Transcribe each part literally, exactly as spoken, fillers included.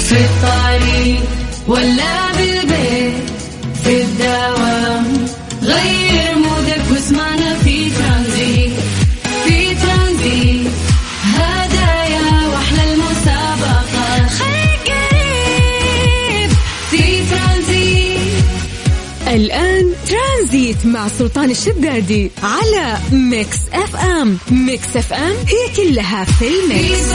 في الطريق ولا بالبيت في الدوام غير مودك واسمعنا في ترانزيت. في ترانزيت هدايا واحلى المسابقة خليك قريب في ترانزيت. الآن ترانزيت مع سلطان الشدادي على ميكس اف ام. ميكس اف ام هي كلها في الميكس.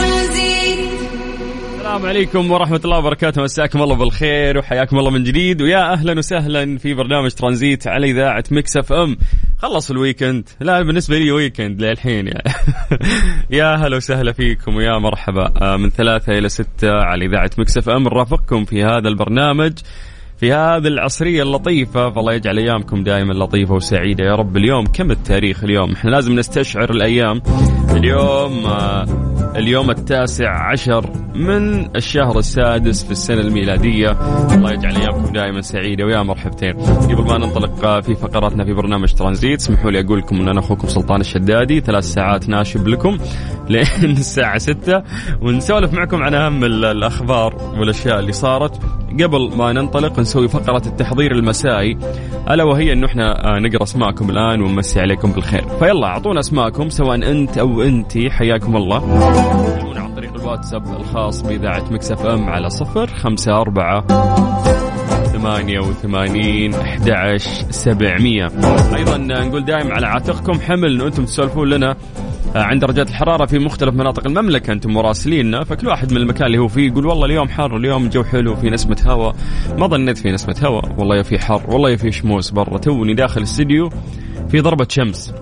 السلام عليكم ورحمة الله وبركاته، مساكم الله بالخير وحياكم الله من جديد، ويا أهلا وسهلا في برنامج ترانزيت على إذاعة ميكس اف ام. خلص الويكند، لا بالنسبة لي ويكند للحين يعني. يا هلا وسهلا فيكم ويا مرحبا من ثلاثة إلى ستة على إذاعة ميكس اف ام. نرافقكم في هذا البرنامج في هذه العصرية اللطيفة، فالله يجعل أيامكم دائما لطيفة وسعيدة يا رب. اليوم كم التاريخ اليوم؟ احنا لازم نستشعر الأيام. اليوم آه اليوم التاسع عشر من الشهر السادس في السنة الميلادية. الله يجعل أيامكم دائما سعيدة ويا مرحبتين. قبل ما ننطلق في فقراتنا في برنامج ترانزيت، اسمحوا لي أقول لكم أن أنا أخوكم سلطان الشدادي، ثلاث ساعات ناشب لكم لين الساعة ستة، ونسولف معكم عن أهم الأخبار والأشياء اللي صارت. قبل ما ننطلق نسوي فقرة التحضير المسائي، ألا وهي أنه إحنا نقرأ اسماءكم الآن ونمسي عليكم بالخير. فيلا أعطونا اسماءكم سواء أنت أو أنتي، حياكم الله. كلمونا عن طريق الواتساب الخاص بإذاعة ميكس اف ام على صفر خمسة أربعة ثمانية وثمانين أحد عشر سبعمية. أيضا نقول دائم على عاتقكم حمل أنه أنتم تسولفون لنا عن درجات الحرارة في مختلف مناطق المملكة. أنتم مراسليننا، فكل واحد من المكان اللي هو فيه يقول والله اليوم حر، اليوم الجو حلو، في نسمة هواء. ما ظنيت في نسمة هواء، والله في حر، والله في شموس برا. توني داخل الاستديو في ضربة شمس،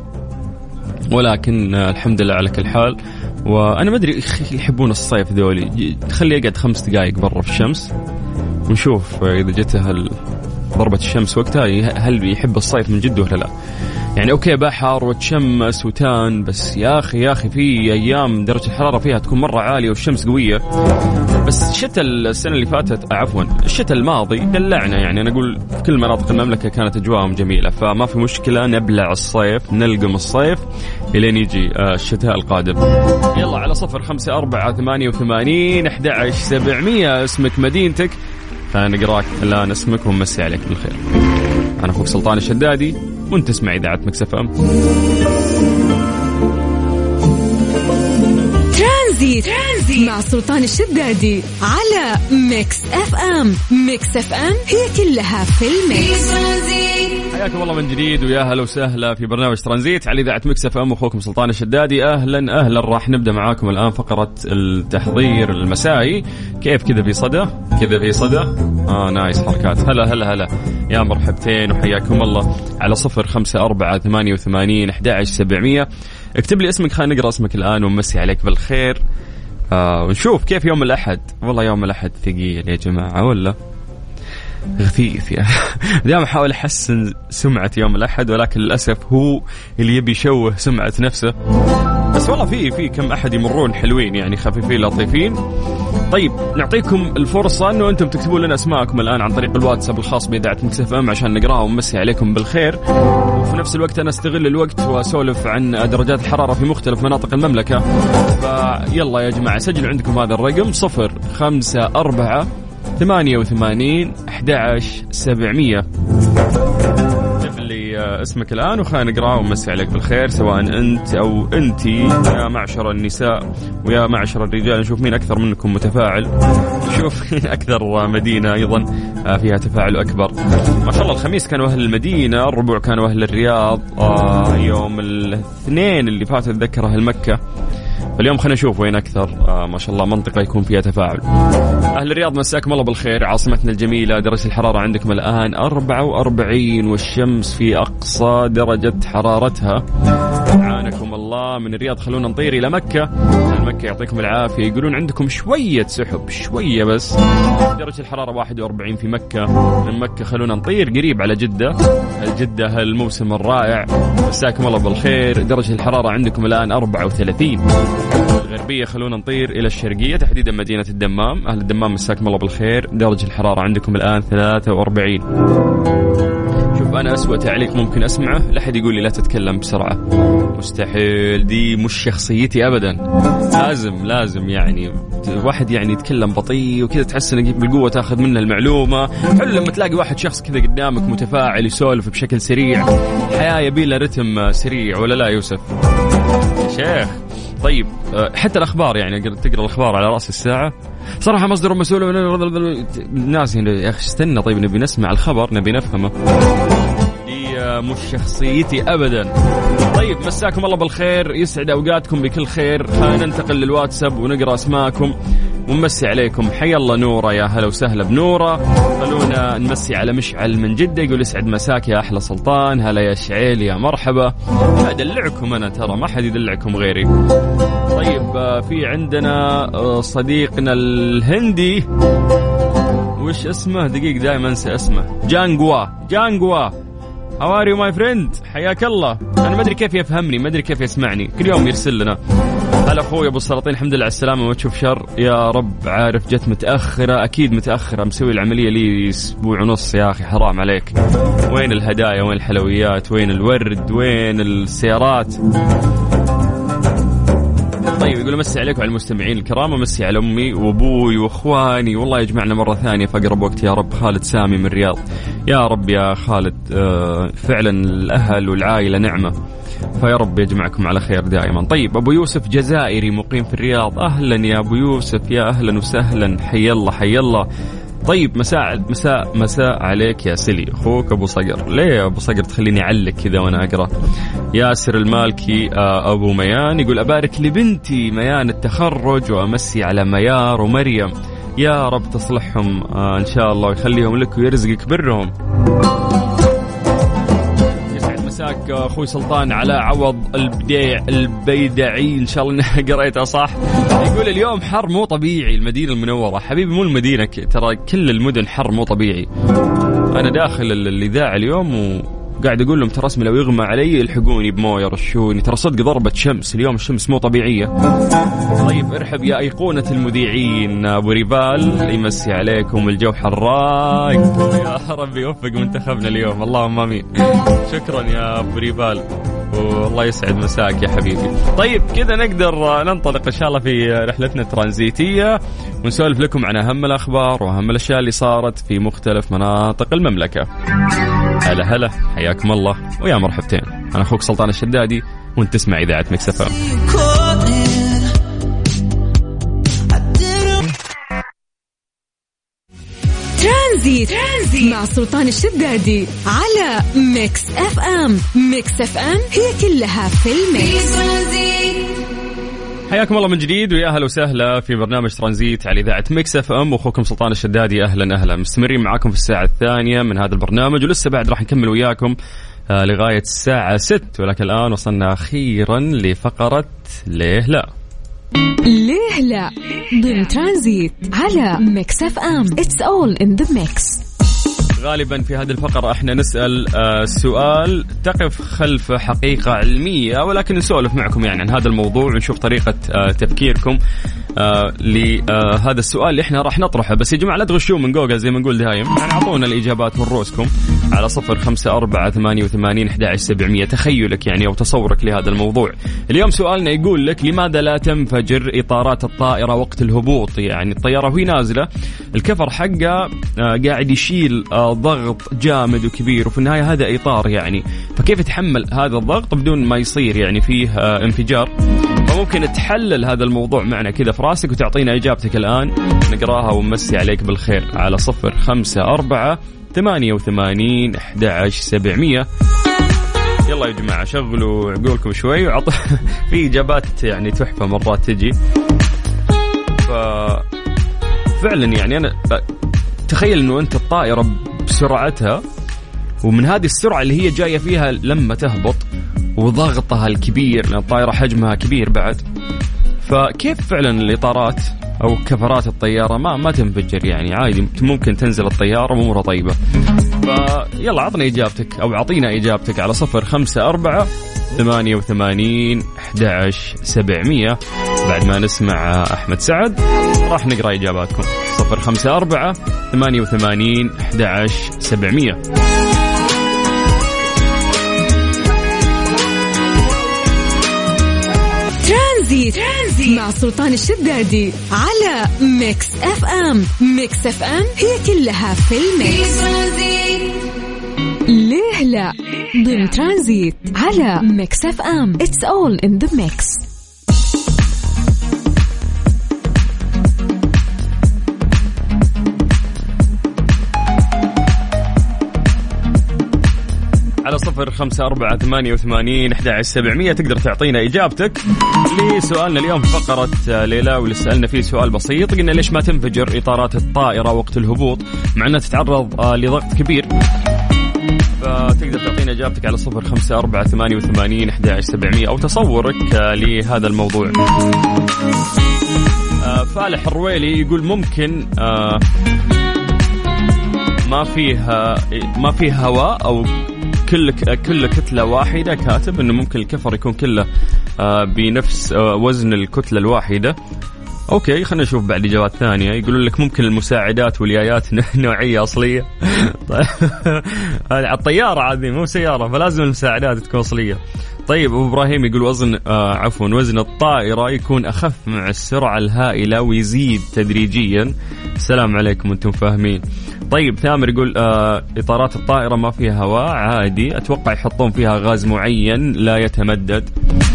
ولكن الحمد لله على كل حال. وأنا ما أدري يحبون الصيف ذولي، تخلي يقعد خمس دقائق برا في الشمس ونشوف إذا جته ضربة الشمس وقتها هل يحب الصيف من جد ولا لا. يعني أوكي بحر وتشمس وتان، بس يا أخي يا أخي في أيام درجة الحرارة فيها تكون مرة عالية والشمس قوية. بس الشتاء السنة اللي فاتت، عفوا الشتاء الماضي دلعنا، يعني أنا أقول في كل مناطق المملكة كانت أجواءهم جميلة، فما في مشكلة نبلع الصيف، نلقم الصيف إلين يجي الشتاء القادم. يلا على صفر خمسة أربعة ثمانية وثمانين أحد عشر سبعمية اسمك مدينتك، فنقراك الآن اسمك ونمسي عليك بالخير. أنا أخوك سلطان الشدادي وانت تسمع إذاعة ميكس اف ام. ترانزيت مع سلطان الشدادي على ميكس اف ام. ميكس اف ام هي كلها في الميكس. حياكم الله من جديد ويا هلا وسهلا في برنامج ترانزيت على إذاعة ميكس اف ام، أخوكم سلطان الشدادي. أهلا أهلا. راح نبدأ معاكم الآن فقرة التحضير المسائي. كيف كذا في صدى كذا في صدى آه نايس حركات. هلا هلا هلا يا مرحبتين وحياكم الله على صفر خمسة أربعة ثمانية وثمانين أحد عشر سبعمية. اكتب لي اسمك، خلينا نقرأ اسمك الآن ونمسي عليك بالخير. آه ونشوف كيف يوم الأحد. والله يوم الأحد ثقيل يا جماعة ولا غثيث يعني. دائما أحاول أحسن سمعة يوم الأحد، ولكن للأسف هو اللي يبي يشوه سمعة نفسه. بس والله في في كم أحد يمرون حلوين يعني، خفيفين لطيفين. طيب نعطيكم الفرصة أنه أنتم تكتبون لنا أسماءكم الآن عن طريق الواتساب الخاص بإذاعة ميكس اف ام عشان نقراها ونمسي عليكم بالخير. وفي نفس الوقت أنا استغل الوقت وأسولف عن درجات الحرارة في مختلف مناطق المملكة. فيلا يا جماعة سجلوا عندكم هذا الرقم صفر خمسة أربعة ثمانية وثمانين أحد عشر سبعمية. اسمك الآن وخلينا نقرأ ونمسي عليك بالخير، سواء أنت أو أنتي. يا معشر النساء ويا معشر الرجال، نشوف مين أكثر منكم متفاعل، نشوف مين أكثر مدينة أيضا فيها تفاعل أكبر. ما شاء الله الخميس كانوا أهل المدينة، الربع كانوا أهل الرياض، آه يوم الاثنين اللي فات أتذكر أهل مكة. فاليوم خلينا نشوف وين أكثر آه ما شاء الله منطقة يكون فيها تفاعل. أهل الرياض مساكم الله بالخير، عاصمتنا الجميلة. درجة الحرارة عندكم الآن أربعة وأربعين والشمس في أقصى درجة حرارتها. عانكم الله من الرياض. خلونا نطير إلى مكة. مكة يعطيكم العافية، يقولون عندكم شوية سحب شوية بس. درجة الحرارة واحد وأربعين في مكة. من مكة خلونا نطير قريب على جدة. جدة هالموسم الرائع مساكم الله بالخير. درجة الحرارة عندكم الآن أربعة وثلاثين. الغربية خلونا نطير إلى الشرقية تحديدا مدينة الدمام. أهل الدمام مساكم الله بالخير. درجة الحرارة عندكم الآن ثلاثة وأربعين. شوف أنا أسوأ تعليق ممكن أسمعه لحد يقول لي لا تتكلم بسرعة. مستحيل، دي مش شخصيتي أبدا. لازم لازم يعني واحد يعني يتكلم بطيء وكذا تحس إنك بالقوة تأخذ منه المعلومة. حلو لما تلاقي واحد شخص كذا قدامك متفاعل يسولف بشكل سريع. الحياة يبي لها رتم سريع ولا لا يوسف يا شيخ؟ طيب حتى الأخبار يعني تقرأ الأخبار على رأس الساعة صراحة مصدر مسؤول الناس هنا يا أخي استنى. طيب نبي نسمع الخبر نبي نفهمه. دي مش شخصيتي أبدا. طيب مساكم الله بالخير، يسعد أوقاتكم بكل خير. خلينا ننتقل للواتساب ونقرأ اسماءكم ونمسي عليكم. حي الله نورة، يا هلا وسهلا بنورة. خلونا نمسي على مشعل من جدة، يقول يسعد مساك يا أحلى سلطان. هلا يا شعيل يا مرحبا. أدلعكم أنا ترى ما حد يدلعكم غيري. طيب في عندنا صديقنا الهندي وش اسمه دقيق دائما انسى اسمه. جانجوا جانجوا How are you my friend؟ حياك الله. أنا ما أدري كيف يفهمني ما أدري كيف يسمعني، كل يوم يرسل لنا. هلا أخوي أبو السلاطين الحمد لله على السلامة وما تشوف شر يا رب. عارف جت متأخرة أكيد متأخرة، مسوي العملية لي أسبوع ونص يا أخي حرام عليك. وين الهدايا وين الحلويات وين الورد وين السيارات؟ طيب يقول مسي عليكم على المستمعين الكرام ومسي على أمي وأبوي وأخواني والله يجمعنا مرة ثانية في أقرب وقت يا رب. خالد سامي من الرياض. يا رب يا خالد فعلا الأهل والعائلة نعمة، فيا رب يجمعكم على خير دائما. طيب أبو يوسف جزائري مقيم في الرياض. أهلا يا أبو يوسف يا أهلا وسهلا حي الله حي الله. طيب مساء مساء مساء عليك يا سلي أخوك أبو صقر. ليه يا أبو صقر تخليني أعلق كذا وأنا أقرأ؟ ياسر المالكي أبو ميان يقول أبارك لبنتي ميان التخرج وأمسي على ميار ومريم يا رب تصلحهم إن شاء الله ويخليهم لك ويرزقك برهم. مساك أخوي سلطان على عوض البديع البيدعي إن شاء الله إني قريتها صح. يقول اليوم حر مو طبيعي المدينة المنورة. حبيبي مو المدينة ترى كل المدن حر مو طبيعي. أنا داخل الإذاعة اليوم وقاعد أقول لهم ترى اسمي لو يغمى علي يلحقوني بمويه يرشوني. ترى صدق ضربة شمس اليوم الشمس مو طبيعية. طيب ارحب يا أيقونة المذيعين أبو ريبال يمسي عليكم الجو حراق. يا رب يوفق منتخبنا اليوم اللهم آمين. شكرا يا أبو ريبال والله يسعد مساك يا حبيبي. طيب كذا نقدر ننطلق إن شاء الله في رحلتنا الترانزيتية ونسولف لكم عن أهم الأخبار وأهم الأشياء اللي صارت في مختلف مناطق المملكة. هلا هلا حياكم الله ويا مرحبتين. أنا أخوك سلطان الشدادي وانت تسمع إذاعة ميكس إف إم. ترانزيت. ترانزيت مع سلطان الشدادي على ميكس إف إم. ميكس إف إم هي كلها في الميكس. حياكم الله من جديد ويا أهلا وسهلا في برنامج ترانزيت على إذاعة ميكس إف إم وأخوكم سلطان الشدادي. أهلا أهلا مستمرين معاكم في الساعة الثانية من هذا البرنامج ولسه بعد راح نكمل وياكم آه لغاية الساعة ست. ولكن الآن وصلنا أخيرا لفقرة ليه لا. ليه لا ضمن ترانزيت على ميكس إف إم. It's all in the mix. غالبا في هذه الفقرة احنا نسأل آه سؤال تقف خلف حقيقة علمية ولكن نسولف معكم يعني عن هذا الموضوع ونشوف طريقة آه تفكيركم آه لهذا السؤال اللي احنا راح نطرحه. بس يا جماعة لا تغشون من جوجل زي ما نقول دايم يعني اعطونا الإجابات من رؤوسكم على صفر خمسة أربعة ثمانية وثمانين أحد عشر سبعمية. تخيلك يعني أو تصورك لهذا الموضوع. اليوم سؤالنا يقول لك لماذا لا تنفجر إطارات الطائرة وقت الهبوط؟ يعني الطيارة وهي نازلة الكفر حقها آه قاعد يشيل آه ضغط جامد وكبير وفي النهاية هذا إطار يعني فكيف يتحمل هذا الضغط بدون ما يصير يعني فيه آه انفجار؟ فممكن تحلل هذا الموضوع معنا كذا في راسك وتعطينا إجابتك الآن نقراها ونمسي عليك بالخير على صفر خمسة أربعة ثمانية وثمانين أحد عشر سبعمية. يلا يا جماعة شغلوا عقولكم شوي وعط في إجابات يعني تحفة مرات تجي. ففعلا يعني أنا تخيل أنه أنت الطائرة بسرعتها ومن هذه السرعة اللي هي جاية فيها لما تهبط وضغطها الكبير لأن الطائرة حجمها كبير بعد فكيف فعلا الإطارات أو كفرات الطيارة ما ما تنفجر يعني عادي ممكن تنزل الطيارة وأمورها طيبة. فيلا عطنا إجابتك أو عطينا إجابتك على صفر خمسة أربعة ثمانية وثمانين أحد عشر سبعمية. بعد ما نسمع أحمد سعد راح نقرأ إجاباتكم صفر خمسة أربعة ثمانية وثمانين أحد عشر سبعمية. ترانزيت. ترانزيت مع سلطان الشدادي على ميكس اف ام. ميكس اف ام هي كلها في الميكس. ليه لا ضمن ترانزيت على ميكس اف ام. It's all in the mix. على صفر خمسة أربعة ثمانية وثمانين أحد عشر سبعمية تقدر تعطينا إجابتك لسؤالنا اليوم في فقرة ليلى، واللي سألنا فيه سؤال بسيط. قلنا ليش ما تنفجر إطارات الطائرة وقت الهبوط مع أنها تتعرض لضغط كبير؟ فتقدر تعطينا إجابتك على صفر خمسة أربعة ثمانية وثمانين أحد عشر سبعمية أو تصورك لهذا الموضوع. فالح الرويلي يقول ممكن ما فيها ما فيه هواء أو كل كل كتلة واحدة. كاتب إنه ممكن الكفر يكون كله بنفس وزن الكتلة الواحدة. أوكي خلنا نشوف بعد إجابات ثانية. يقولون لك ممكن المساعدات واليايات نوعية أصلية. على الطيارة عادي مو سيارة، فلازم المساعدات تكون أصلية. طيب أبو إبراهيم يقول وزن آه عفوا وزن الطائرة يكون أخف مع السرعة الهائلة ويزيد تدريجيا. السلام عليكم وانتم فاهمين. طيب ثامر يقول آه إطارات الطائرة ما فيها هواء عادي، أتوقع يحطون فيها غاز معين لا يتمدد.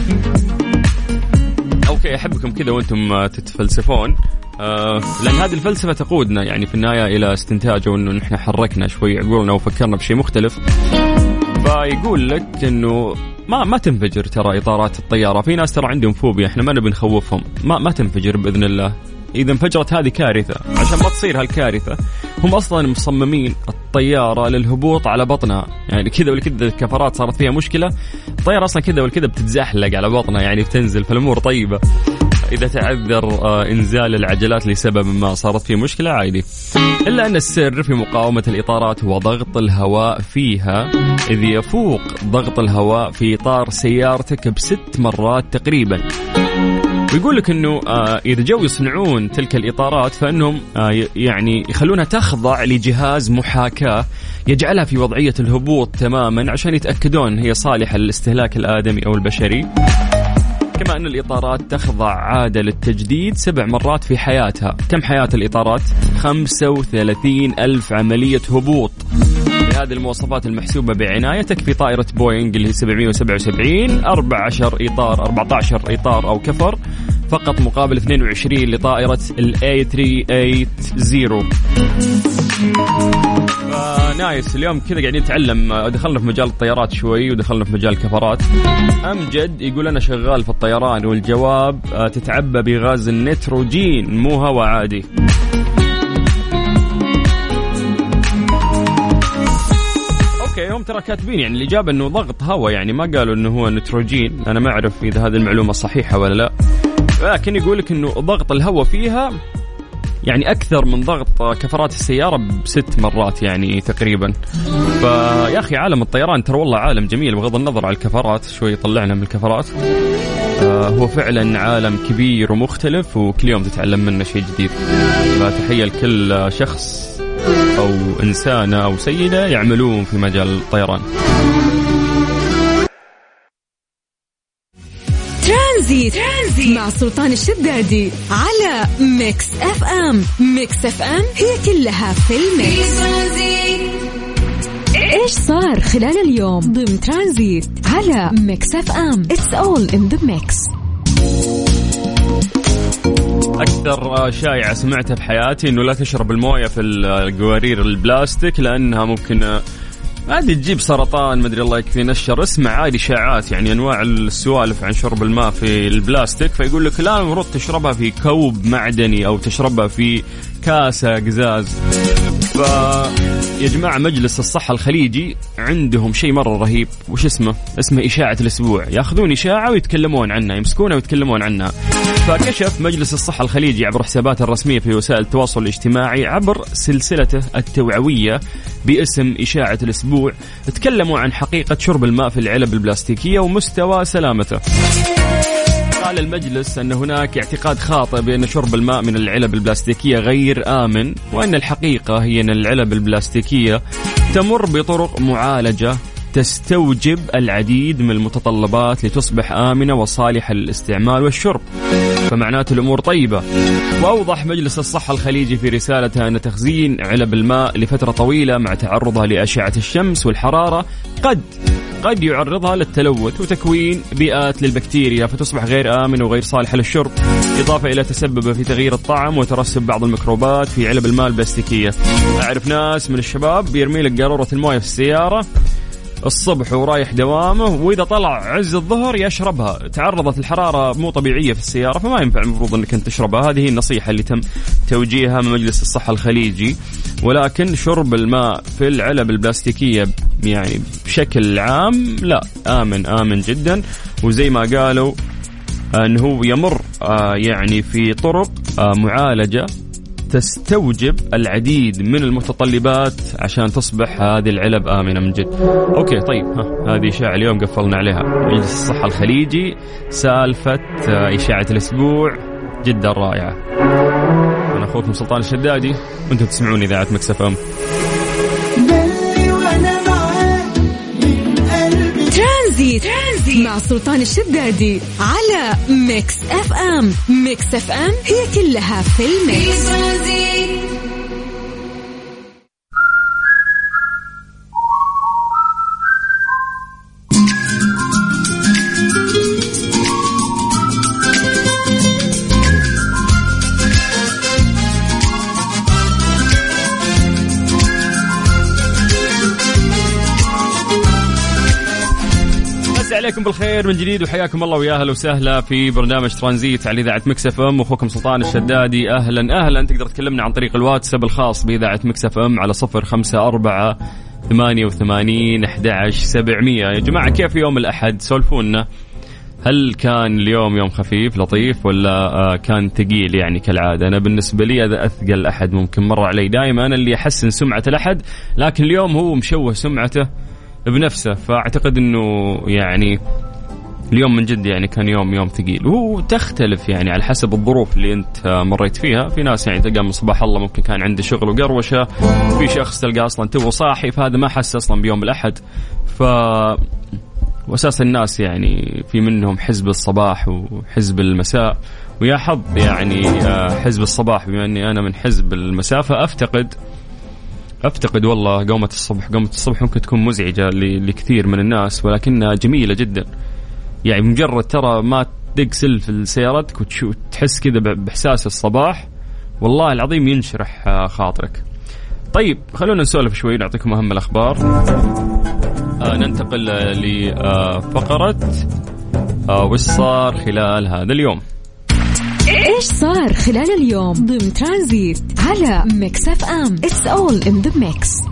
أوكي أحبكم كذا وانتم تتفلسفون، آه لأن هذه الفلسفة تقودنا يعني في النهاية إلى استنتاجه إنه نحن حركنا شوي عقولنا وفكرنا بشيء مختلف. فيقول لك إنه ما ما تنفجر ترى إطارات الطيارة. في ناس ترى عندهم فوبيا، إحنا ما نبي نخوفهم. ما ما تنفجر بإذن الله. إذا انفجرت هذه كارثة. عشان ما تصير هالكارثة هم أصلا مصممين الطيارة للهبوط على بطنها، يعني كذا ولا كذا الكفرات صارت فيها مشكلة، الطيارة أصلا كذا ولا كذا بتتزحلق على بطنها يعني بتنزل، فالأمور طيبة. إذا تعذر إنزال العجلات لسبب ما صارت فيه مشكلة عادي. إلا أن السر في مقاومة الإطارات هو ضغط الهواء فيها، إذ يفوق ضغط الهواء في إطار سيارتك بست مرات تقريبا. ويقول لك أنه إذا جو يصنعون تلك الإطارات فإنهم يعني يخلونها تخضع لجهاز محاكاة يجعلها في وضعية الهبوط تماما عشان يتأكدون هي صالحة للاستهلاك الآدمي أو البشري. كما أن الإطارات تخضع عادة للتجديد سبع مرات في حياتها. كم حياة الإطارات؟ خمسة وثلاثين ألف عملية هبوط. بهذه المواصفات المحسوبة بعناية تكفي طائرة بوينغ اللي هي سبعمية وسبعة وسبعين أربعة عشر إطار أربعة عشر إطار أو كفر فقط، مقابل اثنين وعشرين لطائرة ال إيه ثلاثمية وثمانين. نايس. اليوم كذا قاعدين نتعلم، دخلنا في مجال الطيارات شوي ودخلنا في مجال الكفرات. أمجد يقول أنا شغال في الطيران والجواب تتعبى بغاز النيتروجين مو هواء عادي. اوكي هم ترى كاتبين يعني الإجابة انه ضغط هواء، يعني ما قالوا انه هو نيتروجين. انا ما اعرف اذا هذه المعلومة صحيحة ولا لا، لكن يقولك انه ضغط الهواء فيها يعني أكثر من ضغط كفرات السيارة بست مرات يعني تقريبا. فيا أخي عالم الطيران ترى والله عالم جميل بغض النظر على الكفرات، شوي طلعنا من الكفرات. آه هو فعلا عالم كبير ومختلف وكل يوم تتعلم منه شيء جديد. فتحية لكل شخص أو إنسانة أو سيدة يعملون في مجال الطيران. ترانزيت. ترانزيت مع سلطان الشدادي على ميكس اف ام. ميكس اف ام هي كلها في الميكس. ايش صار خلال اليوم ضمن ترانزيت على ميكس اف ام. It's all in the mix. أكثر شائعة سمعتها في حياتي إنه لا تشرب الموية في القوارير البلاستيك لأنها ممكن عادي تجيب سرطان، مدري الله يكفي نشر. اسمع عادي شائعات يعني أنواع السوالف عن شرب الماء في البلاستيك. فيقول لك لا المفروض تشربها في كوب معدني أو تشربها في كاسة قزاز. فيا جماعة مجلس الصحة الخليجي عندهم شيء مرة رهيب. وش اسمه؟ اسمه إشاعة الأسبوع. يأخذون إشاعة ويتكلمون عنها، يمسكونها ويتكلمون عنها. فكشف مجلس الصحة الخليجي عبر حساباته الرسمية في وسائل التواصل الاجتماعي عبر سلسلته التوعوية باسم إشاعة الأسبوع، تكلموا عن حقيقة شرب الماء في العلب البلاستيكية ومستوى سلامته. قال المجلس أن هناك اعتقاد خاطئ بأن شرب الماء من العلب البلاستيكية غير آمن، وأن الحقيقة هي أن العلب البلاستيكية تمر بطرق معالجة تستوجب العديد من المتطلبات لتصبح آمنة وصالحة للاستعمال والشرب، فمعناته الأمور طيبة. وأوضح مجلس الصحة الخليجي في رسالته أن تخزين علب الماء لفترة طويلة مع تعرضها لأشعة الشمس والحرارة قد قد يعرضها للتلوث وتكوين بيئات للبكتيريا، فتصبح غير آمنة وغير صالحة للشرب، إضافة إلى تسبب في تغيير الطعم وترسب بعض الميكروبات في علب الماء البلاستيكية. أعرف ناس من الشباب بيرمي لك قارورة الموية في السيارة الصبح ورايح دوامه، وإذا طلع عز الظهر يشربها. تعرضت الحرارة مو طبيعية في السيارة، فما ينفع المفروض أنك أنت تشربها. هذه هي النصيحة اللي تم توجيهها من مجلس الصحة الخليجي. ولكن شرب الماء في العلب البلاستيكية يعني بشكل عام لا، آمن آمن جدا. وزي ما قالوا أنه يمر يعني في طرق معالجة تستوجب العديد من المتطلبات عشان تصبح هذه العلب آمنة من جد. أوكي طيب، ها هذه إشاعة اليوم قفلنا عليها. مجلس الصحة الخليجي سالفة إشاعة الأسبوع جدا رائعة. أنا أخوكم سلطان الشدادي وأنتم تسمعون إذاعة ميكس إف إم. ترانزيت مع سلطان الشدادي على ميكس اف ام. ميكس اف ام هي كلها في الميكس. عليكم بالخير من جديد وحياكم الله ويا اهلا وسهلا في برنامج ترانزيت على اذاعه ميكس اف ام، واخوكم سلطان الشدادي. اهلا اهلا. تقدر تكلمنا عن طريق الواتساب الخاص باذاعه ميكس اف ام على صفر خمسة أربعة ثمانية وثمانين أحد عشر سبعمية. يا جماعه كيف يوم الاحد؟ سولفونا، هل كان اليوم يوم خفيف لطيف ولا كان ثقيل يعني كالعاده؟ انا بالنسبه لي هذا اثقل احد ممكن مر علي. دائما انا اللي احسن سمعه الاحد، لكن اليوم هو مشوه سمعته بنفسه. فاعتقد انه يعني اليوم من جد يعني كان يوم يوم ثقيل، وتختلف يعني على حسب الظروف اللي انت مريت فيها. في ناس يعني تلقى من صباح الله ممكن كان عنده شغل وقروشه، في شخص تلقى اصلا تو صاحي، فهذا ما حس اصلا بيوم الاحد. ف واساس الناس يعني في منهم حزب الصباح وحزب المساء، ويا حظ يعني حزب الصباح بما اني انا من حزب المساء، فافتقد أفتقد والله قومة الصبح. قومة الصبح ممكن تكون مزعجة لكثير من الناس، ولكنها جميلة جدا. يعني مجرد ترى ما تدق سلف سيارتك وتحس كذا بإحساس الصباح، والله العظيم ينشرح خاطرك. طيب خلونا نسولف شوي، نعطيكم أهم الأخبار. آه ننتقل لفقرة آه وش صار خلال هذا اليوم. إيش صار خلال اليوم ضمن ترانزيت على ميكس اف ام. It's all in the mix.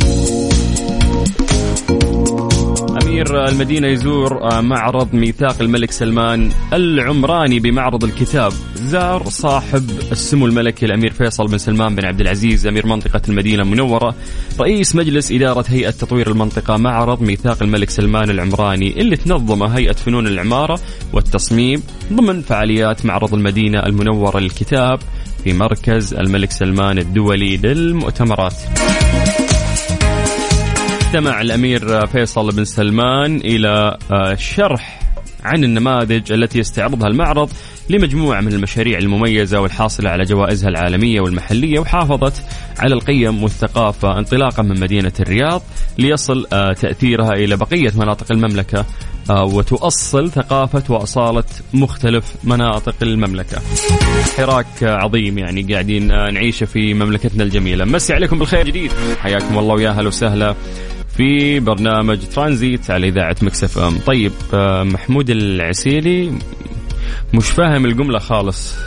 أمير المدينة يزور معرض ميثاق الملك سلمان العمراني بمعرض الكتاب. زار صاحب السمو الملكي الأمير فيصل بن سلمان بن عبد العزيز أمير منطقة المدينة المنورة رئيس مجلس إدارة هيئة تطوير المنطقة معرض ميثاق الملك سلمان العمراني اللي تنظمه هيئة فنون العمارة والتصميم ضمن فعاليات معرض المدينة المنورة للكتاب في مركز الملك سلمان الدولي للمؤتمرات. استمع الأمير فيصل بن سلمان إلى شرح عن النماذج التي يستعرضها المعرض لمجموعة من المشاريع المميزة والحاصلة على جوائزها العالمية والمحلية، وحافظت على القيم والثقافة انطلاقا من مدينة الرياض ليصل تأثيرها إلى بقية مناطق المملكة وتؤصل ثقافة وأصالة مختلف مناطق المملكة. حراك عظيم يعني قاعدين نعيشه في مملكتنا الجميلة. مسي عليكم بالخير جديد، حياكم الله ويا أهلا وسهلا في برنامج ترانزيت على إذاعة ميكس اف ام. طيب محمود العسيلي مش فاهم الجملة خالص.